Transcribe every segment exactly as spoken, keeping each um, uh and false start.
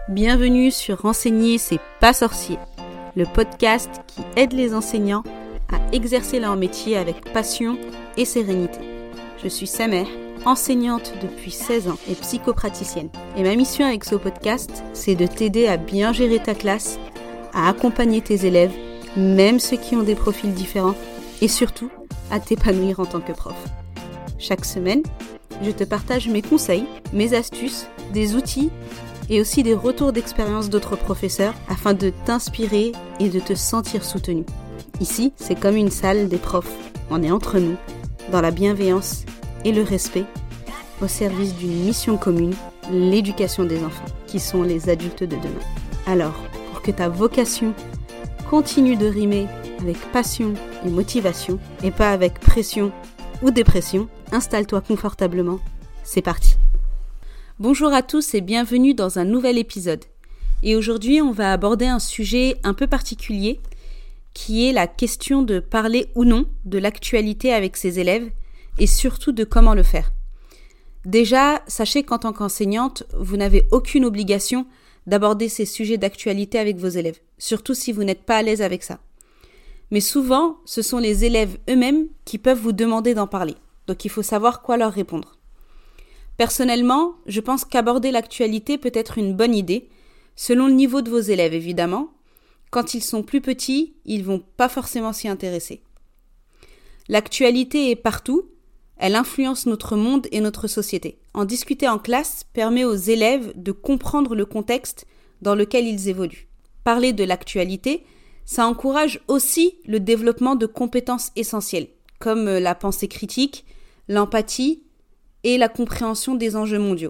Bienvenue sur Enseigner, c'est pas sorcier, le podcast qui aide les enseignants à exercer leur métier avec passion et sérénité. Je suis Samer, enseignante depuis seize ans et psychopraticienne. Et ma mission avec ce podcast, c'est de t'aider à bien gérer ta classe, à accompagner tes élèves, même ceux qui ont des profils différents, et surtout, à t'épanouir en tant que prof. Chaque semaine, je te partage mes conseils, mes astuces, des outils et aussi des retours d'expérience d'autres professeurs afin de t'inspirer et de te sentir soutenu. Ici, c'est comme une salle des profs. On est entre nous, dans la bienveillance et le respect, au service d'une mission commune, l'éducation des enfants, qui sont les adultes de demain. Alors, pour que ta vocation continue de rimer avec passion et motivation, et pas avec pression ou dépression, installe-toi confortablement. C'est parti. Bonjour à tous et bienvenue dans un nouvel épisode. Et aujourd'hui, on va aborder un sujet un peu particulier qui est la question de parler ou non de l'actualité avec ses élèves et surtout de comment le faire. Déjà, sachez qu'en tant qu'enseignante, vous n'avez aucune obligation d'aborder ces sujets d'actualité avec vos élèves, surtout si vous n'êtes pas à l'aise avec ça. Mais souvent, ce sont les élèves eux-mêmes qui peuvent vous demander d'en parler, donc il faut savoir quoi leur répondre. Personnellement, je pense qu'aborder l'actualité peut être une bonne idée, selon le niveau de vos élèves évidemment. Quand ils sont plus petits, ils vont pas forcément s'y intéresser. L'actualité est partout, elle influence notre monde et notre société. En discuter en classe permet aux élèves de comprendre le contexte dans lequel ils évoluent. Parler de l'actualité, ça encourage aussi le développement de compétences essentielles, comme la pensée critique, l'empathie, et la compréhension des enjeux mondiaux.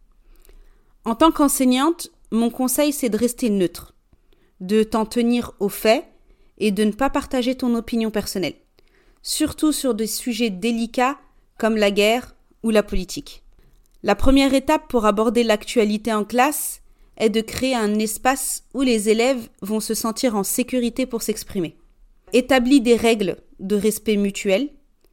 En tant qu'enseignante, mon conseil c'est de rester neutre, de t'en tenir aux faits et de ne pas partager ton opinion personnelle, surtout sur des sujets délicats comme la guerre ou la politique. La première étape pour aborder l'actualité en classe est de créer un espace où les élèves vont se sentir en sécurité pour s'exprimer. Établis des règles de respect mutuel,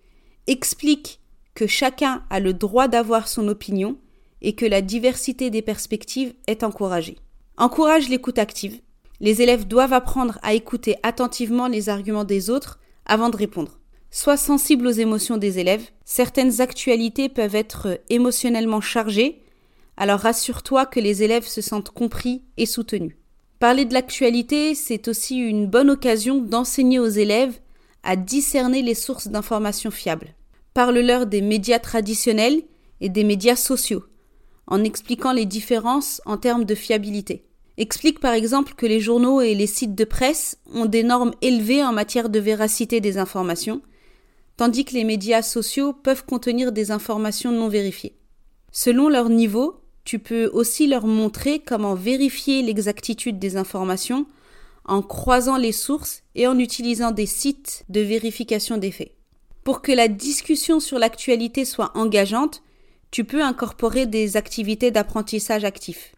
explique que chacun a le droit d'avoir son opinion et que la diversité des perspectives est encouragée. Encourage l'écoute active. Les élèves doivent apprendre à écouter attentivement les arguments des autres avant de répondre. Sois sensible aux émotions des élèves. Certaines actualités peuvent être émotionnellement chargées, alors rassure-toi que les élèves se sentent compris et soutenus. Parler de l'actualité, c'est aussi une bonne occasion d'enseigner aux élèves à discerner les sources d'informations fiables. Parle-leur des médias traditionnels et des médias sociaux, en expliquant les différences en termes de fiabilité. Explique par exemple que les journaux et les sites de presse ont des normes élevées en matière de véracité des informations, tandis que les médias sociaux peuvent contenir des informations non vérifiées. Selon leur niveau, tu peux aussi leur montrer comment vérifier l'exactitude des informations en croisant les sources et en utilisant des sites de vérification des faits. Pour que la discussion sur l'actualité soit engageante, tu peux incorporer des activités d'apprentissage actif.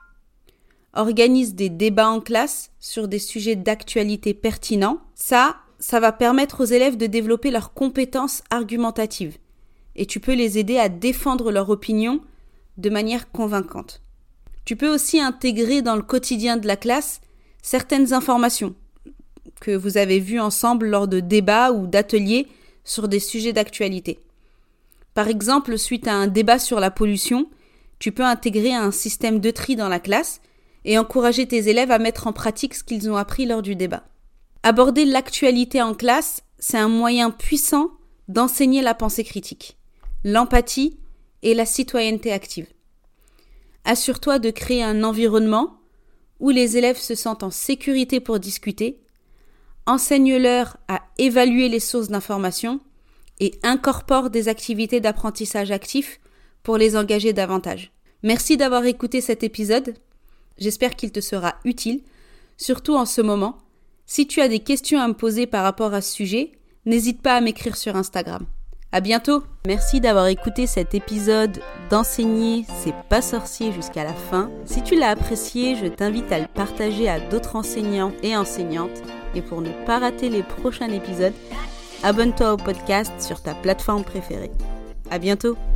Organise des débats en classe sur des sujets d'actualité pertinents. Ça, ça va permettre aux élèves de développer leurs compétences argumentatives. Et tu peux les aider à défendre leur opinion de manière convaincante. Tu peux aussi intégrer dans le quotidien de la classe certaines informations que vous avez vues ensemble lors de débats ou d'ateliers sur des sujets d'actualité. Par exemple, suite à un débat sur la pollution, tu peux intégrer un système de tri dans la classe et encourager tes élèves à mettre en pratique ce qu'ils ont appris lors du débat. Aborder l'actualité en classe, c'est un moyen puissant d'enseigner la pensée critique, l'empathie et la citoyenneté active. Assure-toi de créer un environnement où les élèves se sentent en sécurité pour discuter. Enseigne-leur à évaluer les sources d'informations et incorpore des activités d'apprentissage actif pour les engager davantage. Merci d'avoir écouté cet épisode. J'espère qu'il te sera utile, surtout en ce moment. Si tu as des questions à me poser par rapport à ce sujet, n'hésite pas à m'écrire sur Instagram. À bientôt. Merci d'avoir écouté cet épisode d'Enseigner, c'est pas sorcier jusqu'à la fin. Si tu l'as apprécié, je t'invite à le partager à d'autres enseignants et enseignantes. Et pour ne pas rater les prochains épisodes, abonne-toi au podcast sur ta plateforme préférée. À bientôt.